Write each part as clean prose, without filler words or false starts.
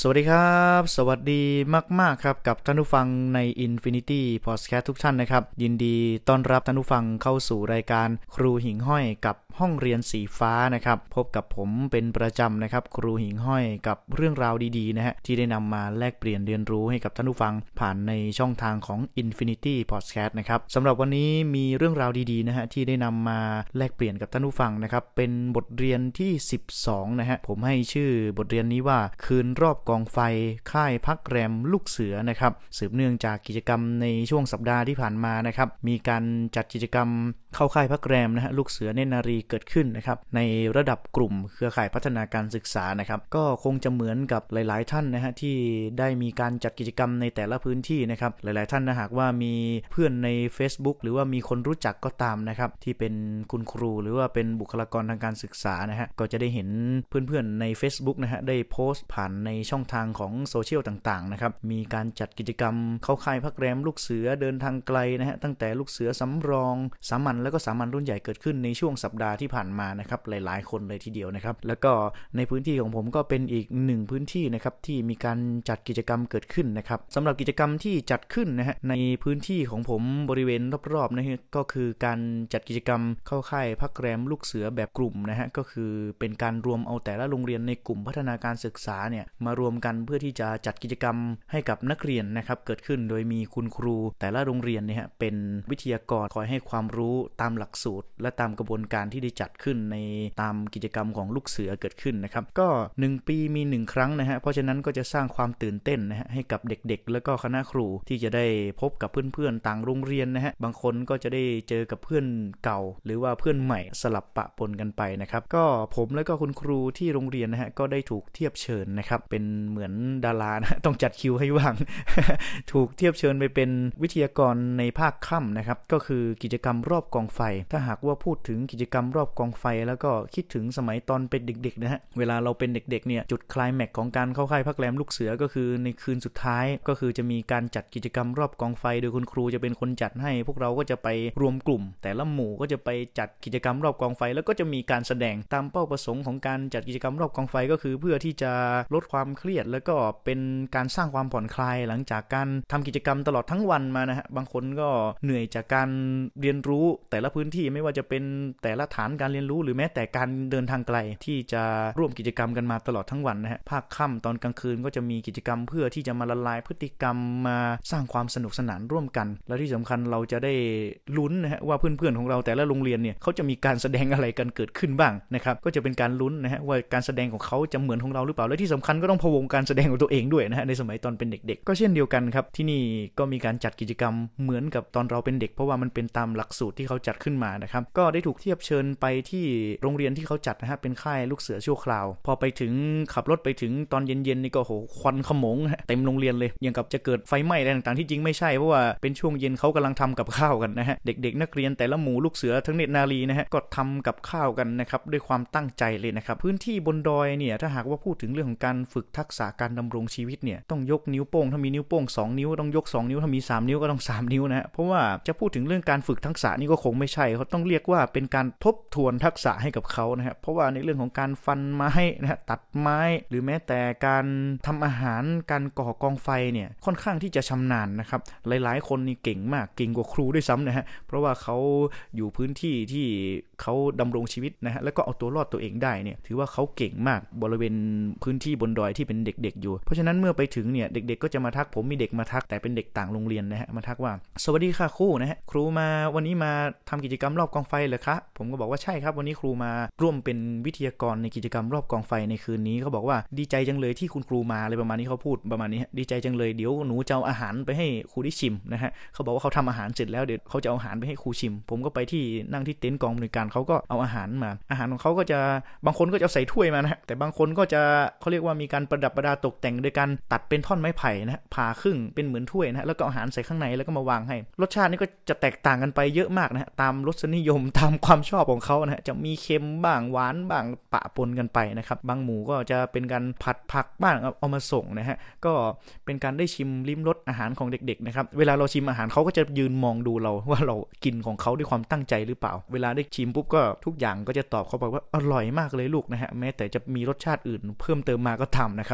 วัสดีครับสวัสดีมากๆครับกับท่านผู้ฟังใน Infinity Podcast ทุกท่านนะครับยินดีต้อนรับท่านผู้ฟังเข้าสู่รายการครูหิ่งห้อยกับห้องเรียนสีฟ้านะครับพบกับผมเป็นประจำนะครับครูหิ่งห้อยกับเรื่องราวดีๆนะฮะที่ได้นำมาแลกเปลี่ยนเรียนรู้ให้กับท่านผู้ฟังผ่านในช่องทางของ Infinity Podcast นะครับสำหรับวันนี้มีเรื่องราวดีๆนะฮะที่ได้นำมาแลกเปลี่ยนกับท่านผู้ฟังนะครับเป็นบทเรียนที่12นะฮะผมให้ชื่อบทเรียนนี้ว่าคืนรอบกองไฟค่ายพักแรมลูกเสือนะครับสืบเนื่องจากกิจกรรมในช่วงสัปดาห์ที่ผ่านมานะครับมีการจัดกิจกรรมเข้าค่ายพักแรมนะฮะลูกเสือเนตรนารีเกิดขึ้นนะครับในระดับกลุ่มเครือข่ายพัฒนาการศึกษานะครับก็คงจะเหมือนกับหลายๆท่านนะฮะที่ได้มีการจัดกิจกรรมในแต่ละพื้นที่นะครับหลายๆท่านนะหากว่ามีเพื่อนใน Facebook หรือว่ามีคนรู้จักก็ตามนะครับที่เป็นคุณครูหรือว่าเป็นบุคลากรทางการศึกษานะฮะก็จะได้เห็นเพื่อนๆใน Facebook นะฮะได้โพสต์ผ่านในช่องทางของโซเชียลต่างๆนะครับมีการจัดกิจกรรมเข้าค่ายพักแรมลูกเสือเดินทางไกลนะฮะตั้งแต่ลูกเสือสำรองสามัญแล้วก็สามัญรุ่นใหญ่เกิดขึ้นในช่วงสัปดาห์ที่ผ่านมานะครับหลายๆคนเลยทีเดียวนะครับแล้วก็ในพื้นที่ของผมก็เป็นอีกหนึ่งพื้นที่นะครับที่มีการจัดกิจกรรมเกิดขึ้นนะครับสำหรับกิจกรรมที่จัดขึ้นนะฮะในพื้นที่ของผมบริเวณรอบๆนะฮะก็คือการจัดกิจกรรมเข้าค่ายพักแรมลูกเสือแบบกลุ่มนะฮะก็คือเป็นการรวมเอาแต่ละโรงเรียนในกลุ่มพัฒนาการศึกษาเนี่ยมารวมกันเพื่อที่จะจัดกิจกรรมให้กับนักเรียนนะครับเกิดขึ้นโดยมีคุณครูแต่ละโรงเรียนเนี่ยเป็นวิทยากรคอยให้ความรู้ตามหลักสูตรและตามกระบวนการที่ได้จัดขึ้นในตามกิจกรรมของลูกเสือเกิดขึ้นนะครับก็1ปีมี1ครั้งนะฮะเพราะฉะนั้นก็จะสร้างความตื่นเต้นนะฮะให้กับเด็กๆแล้วก็คณะครูที่จะได้พบกับเพื่อนๆต่างโรงเรียนนะฮะบางคนก็จะได้เจอกับเพื่อนเก่าหรือว่าเพื่อนใหม่สลับปะปนกันไปนะครับก็ผมและก็คุณครูที่โรงเรียนนะฮะก็ได้ถูกเทียบเชิญนะครับเป็นเหมือนดารานะต้องจัดคิวให้ว่าง ถูกเทียบเชิญไปเป็นวิทยากรในภาคค่ำนะครับก็คือกิจกรรมรอบกองไฟถ้าหากว่าพูดถึงกิจกรรมรอบกองไฟแล้วก็คิดถึงสมัยตอนเป็นเด็กๆนะฮะเวลาเราเป็นเด็กๆเนี่ยจุดไคลแม็กซ์ของการเข้าค่ายพักแรมลูกเสือก็คือในคืนสุดท้ายก็คือจะมีการจัดกิจกรรมรอบกองไฟโดยคุณครูจะเป็นคนจัดให้พวกเราก็จะไปรวมกลุ่มแต่ละหมู่ก็จะไปจัดกิจกรรมรอบกองไฟแล้วก็จะมีการแสดงตามเป้าประสงค์ของการจัดกิจกรรมรอบกองไฟก็คือเพื่อที่จะลดความเครียดแล้วก็เป็นการสร้างความผ่อนคลายหลังจากการทำกิจกรรมตลอดทั้งวันมานะฮะบางคนก็เหนื่อยจากการเรียนรู้แต่ละพื้นที่ไม่ว่าจะเป็นแต่ละฐานการเรียนรู้หรือแม้แต่การเดินทางไกลที่จะร่วมกิจกรรมกันมาตลอดทั้งวันนะฮะภาคค่ำตอนกลางคืนก็จะมีกิจกรรมเพื่อที่จะมาละลายพฤติกรรมมาสร้างความสนุกสนานร่วมกันและที่สำคัญเราจะได้ลุ้นนะฮะว่าเพื่อนๆของเราแต่ละโรงเรียนเนี่ยเขาจะมีการแสดงอะไรกันเกิดขึ้นบ้างนะครับก็จะเป็นการลุ้นนะฮะว่าการแสดงของเขาจะเหมือนของเราหรือเปล่าและที่สำคัญก็ต้องพะวงการแสดงของตัวเองด้วยนะฮะในสมัยตอนเป็นเด็กๆก็เช่นเดียวกันครับที่นี่ก็มีการจัดกิจกรรมเหมือนกับตอนเราเป็นเด็กเพราะว่ามันเป็นตามหลักสูตรที่เขาจัดขึ้นมานะครับก็ได้ถูกเทียบเชิญไปที่โรงเรียนที่เขาจัดนะฮะเป็นค่ายลูกเสือชั่วคราวพอไปถึงขับรถไปถึงตอนเย็นๆนี่ก็โหควันขโมงเต็มโรงเรียนเลยอย่างกับจะเกิดไฟไหม้อะไรต่างๆที่จริงไม่ใช่เพราะว่าเป็นช่วงเย็นเขากำลังทำกับข้าวกันนะฮะเด็กๆนักเรียนแต่ละหมู่ลูกเสือทั้งเนตรนารีนะฮะก็ทำกับข้าวกันนะครับด้วยความตั้งใจเลยนะครับพื้นที่บนดอยเนี่ยถ้าหากว่าพูดถึงเรื่องของการฝึกทักษะการดำรงชีวิตเนี่ยต้องยกนิ้วโป้งถ้ามีนิ้วโป้ง2นิ้วต้องยก2นิ้วถ้ามี3นิ้วก็ต้อง3นิ้วนะฮะเพราะว่าจะพูดถึงเรื่องการฝึกทักษะนี่ก็คงไม่ใช่เขาต้องเรียกว่าเป็นการทบทวนทักษะให้กับเขานะฮะเพราะว่าในเรื่องของการฟันไม้นะฮะตัดไม้หรือแม้แต่การทำอาหารการก่อกองไฟเนี่ยค่อนข้างที่จะชำนาญนะครับหลายๆคนนี่เก่งมากเก่งกว่าครูด้วยซ้ำนะฮะเพราะว่าเขาอยู่พื้นที่ที่เขาดำรงชีวิตนะฮะแล้วก็เอาตัวรอดตัวเองได้เนี่ยถือว่าเขาเก่งมากบริเวณพื้นที่บนดอยที่เป็นเด็กๆอยู่เพราะฉะนั้นเมื่อไปถึงเนี่ยเด็กๆก็จะมาทักผมมีเด็กมาทักแต่เป็นเด็กต่างโรงเรียนนะฮะมาทักว่าสวัสดีค่ะครูนะฮะครูมาวันนี้มาทำกิจกรรมรอบกองไฟเหรอคะผมก็บอกว่าใช่ครับวันนี้ครูมาร่วมเป็นวิทยากรในกิจกรรมรอบกองไฟในคืนนี้เขาบอกว่าดีใจจังเลยที่คุณครูมาอะไรประมาณนี้เขาพูดประมาณนี้ดีใจจังเลยเดี๋ยวหนูจะเอาอาหารไปให้ครูได้ชิมนะฮะเขาบอกว่าเขาทำอาหารเสร็จแล้วเดี๋ยวเขาจะเอาอาหารไปให้ครูชิมผมก็ไปที่นั่งที่เต็นท์กองบริการเขาก็เอาอาหารมาอาหารของเขาก็จะบางคนก็จะใส่ถ้วยมานะฮะแต่บางคนก็จะเขาเรียกว่ามีการประดับประดาตกแต่งโดยการตัดเป็นท่อนไม้ไผ่นะฮะผ่าครึ่งเป็นเหมือนถ้วยนะฮะแล้วก็อาหารใส่ข้างในแล้วก็มาวางให้รสชาตินี่ก็จะแตกต่างกันไปเยอะมากนะฮะตามรสนิยมตามความชอบของเขานะฮะจะมีเค็มบ้างหวานบ้างปะปนกันไปนะครับบางหมู่ก็จะเป็นการผัดผักบ้างเอามาส่งนะฮะก็เป็นการได้ชิมลิ้มรสอาหารของเด็กๆนะครับเวลาเราชิมอาหารเขาก็จะยืนมองดูเราว่าเรากินของเขาด้วยความตั้งใจหรือเปล่าเวลาได้ชิมปุ๊บก็ทุกอย่างก็จะตอบเขาบอกว่าอร่อยมากเลยลูกนะฮะแม้แต่จะมีรสชาติอื่นเพิ่มเติมมาก็ทำนะครับ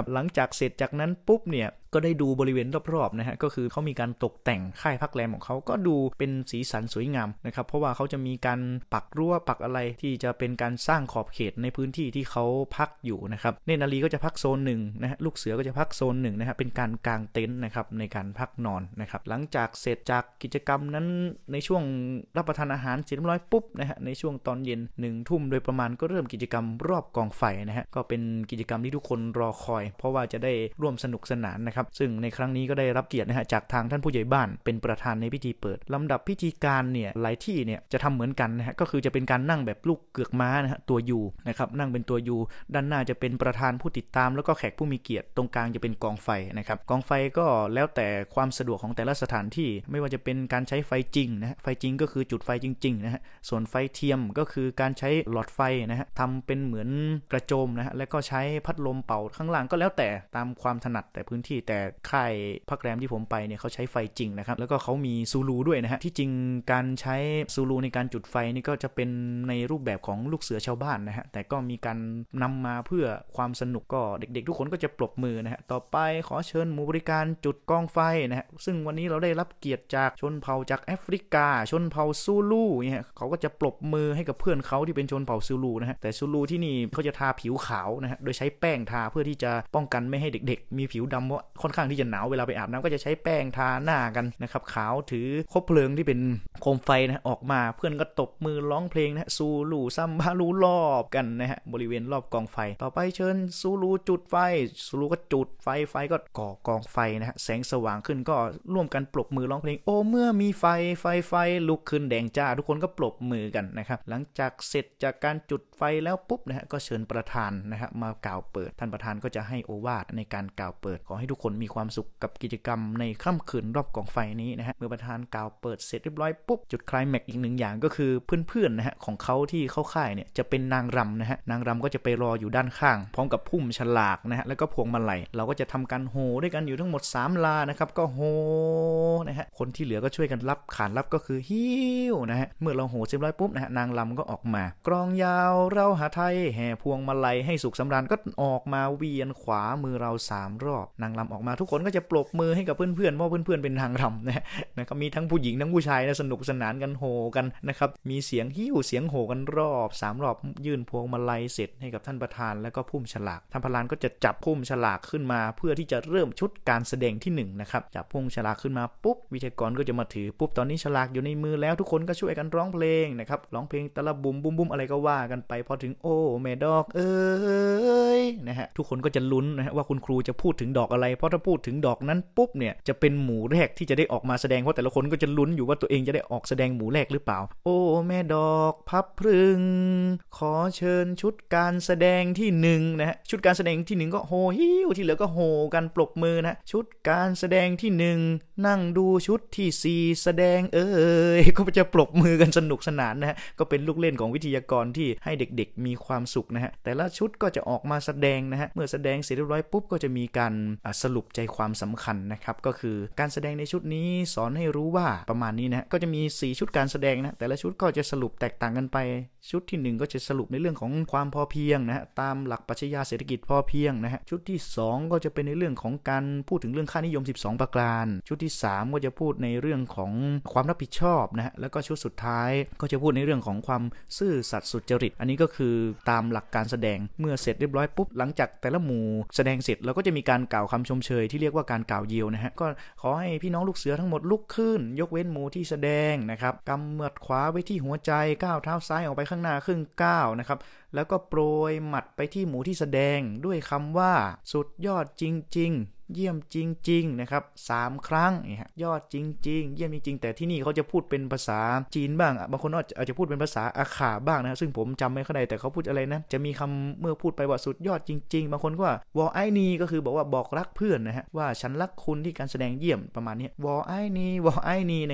นะครับหลังจากเสร็จจากนั้นปุ๊บเนี่ยก็ได้ดูบริเวณรอบๆนะฮะก็คือเขามีการตกแต่งค่ายพักแรมของเขาก็ดูเป็นสีสันสวยงามนะครับเพราะว่าเขาจะมีการปักรั้วปักอะไรที่จะเป็นการสร้างขอบเขตในพื้นที่ที่เขาพักอยู่นะครับเนตรนารีก็จะพักโซนหนึ่งนะฮะลูกเสือก็จะพักโซนหนึ่งนะฮะเป็นการกางเต็นท์นะครับในการพักนอนนะครับหลังจากเสร็จจากกิจกรรมนั้นในช่วงรับประทานอาหารเสร็จเรียบร้อยปุ๊บนะฮะในช่วงตอนเย็น1 ทุ่มโดยประมาณก็เริ่มกิจกรรมรอบกองไฟนะฮะก็เป็นกิจกรรมที่ทุกคนรอคอยเพราะว่าจะได้ร่วมสนุกสนานนะครับซึ่งในครั้งนี้ก็ได้รับเกียรตินะฮะจากทางท่านผู้ใหญ่บ้านเป็นประธานในพิธีเปิดลำดับพิธีการเนี่ยหลายที่เนี่ยจะทำเหมือนกันนะฮะก็คือจะเป็นการนั่งแบบลูกเกือกม้านะฮะตัวยูนะครับนั่งเป็นตัวยูด้านหน้าจะเป็นประธานผู้ติดตามแล้วก็แขกผู้มีเกียรติตรงกลางจะเป็นกองไฟนะครับกองไฟก็แล้วแต่ความสะดวกของแต่ละสถานที่ไม่ว่าจะเป็นการใช้ไฟจริงนะฮะไฟจริงก็คือจุดไฟจริงๆนะฮะส่วนไฟเทียมก็คือการใช้หลอดไฟนะฮะทำเป็นเหมือนกระโจมนะฮะแล้วก็ใช้พัดลมเป่าข้างล่างก็แล้วแต่ตามความถนัดแต่พื้นที่แต่ค่ายพักแรมที่ผมไปเนี่ยเขาใช้ไฟจริงนะครับแล้วก็เขามีซูลูด้วยนะฮะที่จริงการใช้ซูลูในการจุดไฟนี่ก็จะเป็นในรูปแบบของลูกเสือชาวบ้านนะฮะแต่ก็มีการนำมาเพื่อความสนุกก็เด็กๆทุกคนก็จะปรบมือนะฮะต่อไปขอเชิญหมู่บริการจุดกองไฟนะฮะซึ่งวันนี้เราได้รับเกียรติจากชนเผ่าจากแอฟริกาชนเผ่าซูลูเนี่ยเขาก็จะปรบมือให้กับเพื่อนเขาที่เป็นชนเผ่าซูลูนะฮะแต่ซูลูที่นี่เขาจะทาผิวขาวนะฮะโดยใช้แป้งทาเพื่อที่จะป้องกันไม่ให้เด็กๆมีผิวดำเพราะค่อนข้างที่จะหนาวเวลาไปอาบน้ำก็จะใช้แป้งทาหน้ากันนะครับขาวถือคบเพลิงที่เป็นโคมไฟนะออกมาเพื่อนก็ตบมือร้องเพลงนะซูลูซัมบาลูรอบกันนะฮะบริเวณรอบกองไฟต่อไปเชิญซูลูจุดไฟซูลูก็จุดไฟก็ก่อกองไฟนะฮะแสงสว่างขึ้นก็ร่วมกันปรบมือร้องเพลงโอ้เมื่อมีไฟลุกขึ้นแดงจ้าทุกคนก็ปรบมือกันนะครับหลังจากเสร็จจากการจุดไฟแล้วปุ๊บนะฮะก็เชิญประธานนะฮะมากล่าวเปิดท่านประธานก็จะให้โอวาทในการกล่าวเปิดขอให้ทุกคนมีความสุขกับกิจกรรมในค่ำคืนรอบกองไฟนี้นะฮะเมื่อประธานกล่าวเปิดเสร็จเรียบร้อยปุ๊บจุดไคลแม็กซ์อีกหนึ่งอย่างก็คือเพื่อนๆนะฮะของเขาที่เข้าค่ายเนี่ยจะเป็นนางรำนะฮะนางรำก็จะไปรออยู่ด้านข้างพร้อมกับพุ่มฉลากนะฮะแล้วก็พวงมาลัยเราก็จะทำการโห่ด้วยกันอยู่ทั้งหมด3ลานะครับก็โห่นะฮะคนที่เหลือก็ช่วยกันรับขานรับก็คือฮิ้วนะฮะเมื่อเราโห่เสร็จเรียบร้อยปุ๊บนะฮะนางรำก็ออกมากรองยาวเราหาไทยแห่พวงมาลัยให้สุขสำราญก็ออกมาเวียนขวามือเรา3รอบนางรำออกมาทุกคนก็จะปรบมือให้กับเพื่อนๆเพราะเพื่อนๆเป็นนางรำนะครับมีทั้งผู้หญิงทั้งผู้ชายนะสนุกสนานกันโห่กันนะครับมีเสียงฮิ้วเสียงโห่กันรอบ3รอบยื่นพวงมาลัยเสร็จให้กับท่านประธานแล้วก็พุ่มฉลากท่านประธานก็จะจับพุ่มฉลากขึ้นมาเพื่อที่จะเริ่มชุดการแสดงที่1นะครับจับพุ่มฉลากขึ้นมาปุ๊บวิทยากรก็จะมาถือปุ๊บตอนนี้ฉลากอยู่ในมือแล้วทุกคนก็ช่วยกันร้องเพลงนะครับร้องเพลงตะละบุมบุมอะไรก็ว่ากันไปพอถึงโอ้แม่ดอกเอ้ยนะฮะทุกคนก็จะลุ้นนะฮะว่าคุณครูจะพูดถึงดอกอะไรเพราะถ้าพูดถึงดอกนั้นปุ๊บเนี่ยจะเป็นหมู่แรกที่จะได้ออกมาแสดงเพราะแต่ละคนก็จะลุ้นอยู่ว่าตัวเองจะได้ออกแสดงหมู่แรกหรือเปล่าโอ้แม่ดอกพับพรึงขอเชิญชุดการแสดงที่1นะฮะชุดการแสดงที่1ก็โฮฮิ้วที่เหลือก็โฮกันปรบมือนะชุดการแสดงที่1นั่งดูชุดที่4แสดงก็จะปรบมือกันสนุกสนานนะฮะก็เป็นลูกเล่นของวิทยากรที่ให้เด็กๆมีความสุขนะฮะแต่ละชุดก็จะออกมาแสดงนะฮะเมื่อแสดงเสร็จเรียบร้อยปุ๊บก็จะมีการสรุปใจความสำคัญนะครับก็คือการแสดงในชุดนี้สอนให้รู้ว่าประมาณนี้นะก็จะมี4ชุดการแสดงนะแต่ละชุดก็จะสรุปแตกต่างกันไปชุดที่1ก็จะสรุปในเรื่องของความพอเพียงนะฮะตามหลักปรัชญาเศรษฐกิจพอเพียงนะฮะชุดที่2ก็จะเป็นในเรื่องของการพูดถึงเรื่องค่านิยม12ประการชุดที่3ก็จะพูดในเรื่องของความรับผิดชอบนะฮะแล้วก็ชุดสุดท้ายก็จะพูดในเรื่องของความซื่อสัตย์สุจริตอันนี้ก็คือตามหลักการแสดงเมื่อเสร็จเรียบร้อยปุ๊บหลังจากแต่ละหมู่แสดงเสร็จเราก็จะมีการกล่าวคำชมเชยที่เรียกว่าการกล่าวเยียวนะฮะก็ขอให้พี่น้องลูกเสือทั้งหมดลุกขึ้นยกเว้นหมู่ที่แสดงนะครับกำหมัดขวาไว้ที่หัวใจก้าวเท้าซ้ายออกไปข้างหน้าครึ่งก้าวนะครับแล้วก็โปรยหมัดไปที่หมู่ที่แสดงด้วยคำว่าสุดยอดจริงๆเยี่ยมจริงๆนะครับ3ครั้งยอดจริงๆเยี่ยมจริงๆแต่ที่นี่เขาจะพูดเป็นภาษาจีนบ้างบางคนอาจจะพูดเป็นภาษาอาขาบ้างนะซึ่งผมจำไม่ค่อยได้แต่เขาพูดอะไรนะจะมีคำเมื่อพูดไปว่าสุดยอดจริงๆบางคนก็ว่าวอไอนีก็คือบอกว่าบอกรักเพื่อนนะฮะว่าฉันรักคุณที่การแสดงเยี่ยมประมาณนี้วอไอนีนะครับ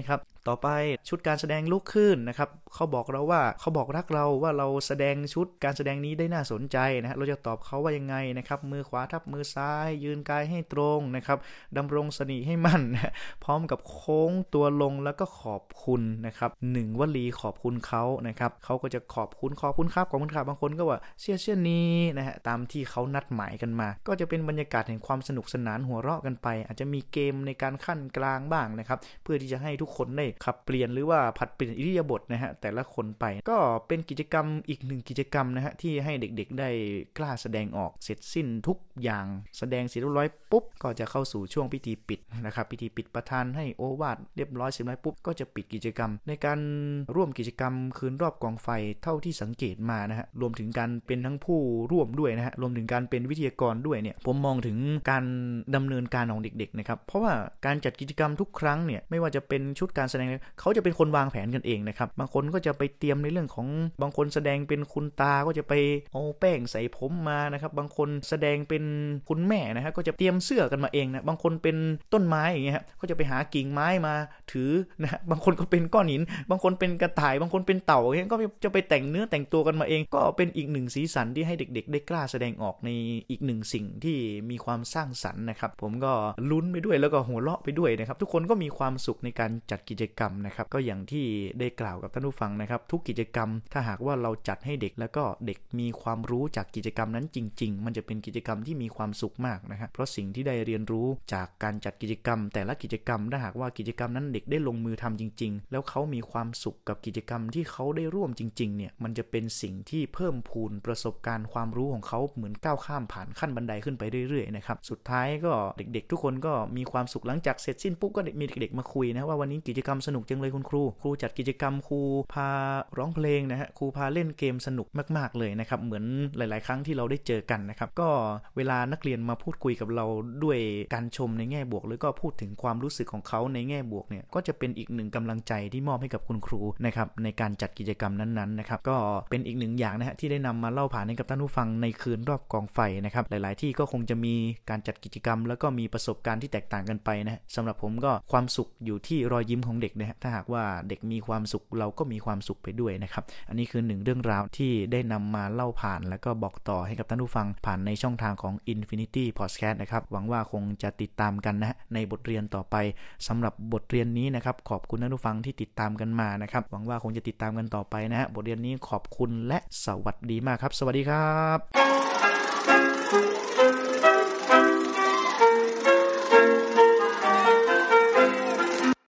ต่อไปชุดการแสดงลุกขึ้นนะครับเขาบอกรักเราว่าเราแสดงชุดการแสดงนี้ได้น่าสนใจนะฮะเราจะตอบเขาว่ายังไงนะครับมือขวาทับมือซ้ายยืนกายให้ตรงนะครับดำรงสติให้มั่นพร้อมกับโค้งตัวลงแล้วก็ขอบคุณนะครับ1วลีขอบคุณเขานะครับเขาก็จะขอบคุณครับบางคนก็ว่าเชี่ยนี้นะฮะตามที่เขานัดหมายกันมาก็จะเป็นบรรยากาศแห่งความสนุกสนานหัวเราะกันไปอาจจะมีเกมในการขั้นกลางบ้างนะครับเพื่อที่จะให้ทุกคนได้ขับเปลี่ยนหรือว่าผัดเปลี่ยนอิริยาบถนะฮะแต่ละคนไปก็เป็นกิจกรรมอีก1กิจกรรมนะฮะที่ให้เด็กๆได้กล้าแสดงออกเสร็จสิ้นทุกอย่างแสดงเสร็จเรียบร้อยปุ๊บก็จะเข้าสู่ช่วงพิธีปิดนะครับพิธีปิดประธานให้โอวาทเรียบร้อยเสร็จแล้วปุ๊บก็จะปิดกิจกรรมในการร่วมกิจกรรมคืนรอบกองไฟเท่าที่สังเกตมานะฮะรวมถึงการเป็นทั้งผู้ร่วมด้วยนะฮะรวมถึงการเป็นวิทยากรด้วยเนี่ยผมมองถึงการดำเนินการของเด็กๆนะครับเพราะว่าการจัดกิจกรรมทุกครั้งเนี่ยไม่ว่าจะเป็นชุดการแสดงเขาจะเป็นคนวางแผนกันเองนะครับบางคนก็จะไปเตรียมในเรื่องของบางคนแสดงเป็นคุณตาก็จะไปเอาแป้งใส่ผมมานะครับบางคนแสดงเป็นคุณแม่นะฮะก็จะเตรียมเสื้อกันมาเองนะบางคนเป็นต้นไม้อย่างเงี้ยฮะก็จะไปหากิ่งไม้มาถือนะฮะบางคนก็เป็นก้อนหินบางคนเป็นกระต่ายบางคนเป็นเต่าอย่างเงี้ยก็จะไปแต่งเนื้อแต่งตัวกันมาเองก็เป็นอีกหนึ่งสีสันที่ให้เด็กๆได้กล้าแสดงออกในอีกหนึ่งสิ่งที่มีความสร้างสรรค์นะครับผมก็ลุ้นไปด้วยแล้วก็หัวเราะไปด้วยนะครับทุกคนก็มีความสุขในการจัดกิจกรรมนะครับก็อย่างที่ได้กล่าวกับท่านผู้ฟังนะครับทุกกิจกรรมถ้าหากว่าเราจัดให้เด็กแล้วก็เด็กมีความรู้จากกิจกรรมนั้นจริงๆมันจะเป็นกิจกรรมที่มีความสุขมากนะครับเพราะสิ่งที่ได้เรียนรู้จากการจัดกิจกรรมแต่ละกิจกรรมถ้าหากว่ากิจกรรมนั้นเด็กได้ลงมือทำจริงๆแล้วเขามีความสุขกับกิจกรรมที่เขาได้ร่วมจริงๆเนี่ยมันจะเป็นสิ่งที่เพิ่มพูนประสบการณ์ความรู้ของเขาเหมือนก้าวข้ามผ่านขั้นบันไดขึ้นไปเรื่อยๆนะครับสุดท้ายก็เด็กๆทุกคนก็มีความสุขหลังจากเสร็จสิ้นปุ๊บก็มีเด็กๆมาคุยนะว่าวันนี้กิจกรรมสนุกจังเลยคุณครูจัดกิจกรรมครูพาร้องเพลงนะฮะครูพาเล่นเกมสนุกมากๆเลยนะครับเหมือนหลายๆครั้งที่เราได้เจอกันนะครับก็เวลานักเรียนมาพูดคุยกับเราด้วยการชมในแง่บวกหรือก็พูดถึงความรู้สึกของเขาในแง่บวกเนี่ยก็จะเป็นอีกหนึ่งกำลังใจที่มอบให้กับคุณครูนะครับในการจัดกิจกรรมนั้นๆนะครับก็เป็นอีกหนึ่งอย่างนะฮะที่ได้นำมาเล่าผ่านให้กับท่านผู้ฟังในคืนรอบกองไฟนะครับหลายๆที่ก็คงจะมีการจัดกิจกรรมแล้วก็มีประสบการณ์ที่แตกต่างกันไปนะสำหรับผมก็ความสุขอยู่ที่รอยยิ้มของเด็กนะฮะถ้าหากว่าเด็กมีความสุขเราก็มีความสุขไปด้วยนะครับอันนี้คือหนึ่งเรื่องราวที่ได้นำมาเล่าผ่านแล้วก็บอกต่อให้กับท่านผู้ฟังผ่านในช่องทางของ Infinity Podcast นะครับหวังว่าคงจะติดตามกันนะในบทเรียนต่อไปสำหรับบทเรียนนี้นะครับขอบคุณท่านผู้ฟังที่ติดตามกันมานะครับหวังว่าคงจะติดตามกันต่อไปนะฮะบทเรียนนี้ขอบคุณและสวัสดีมากครับสวัสดีครับ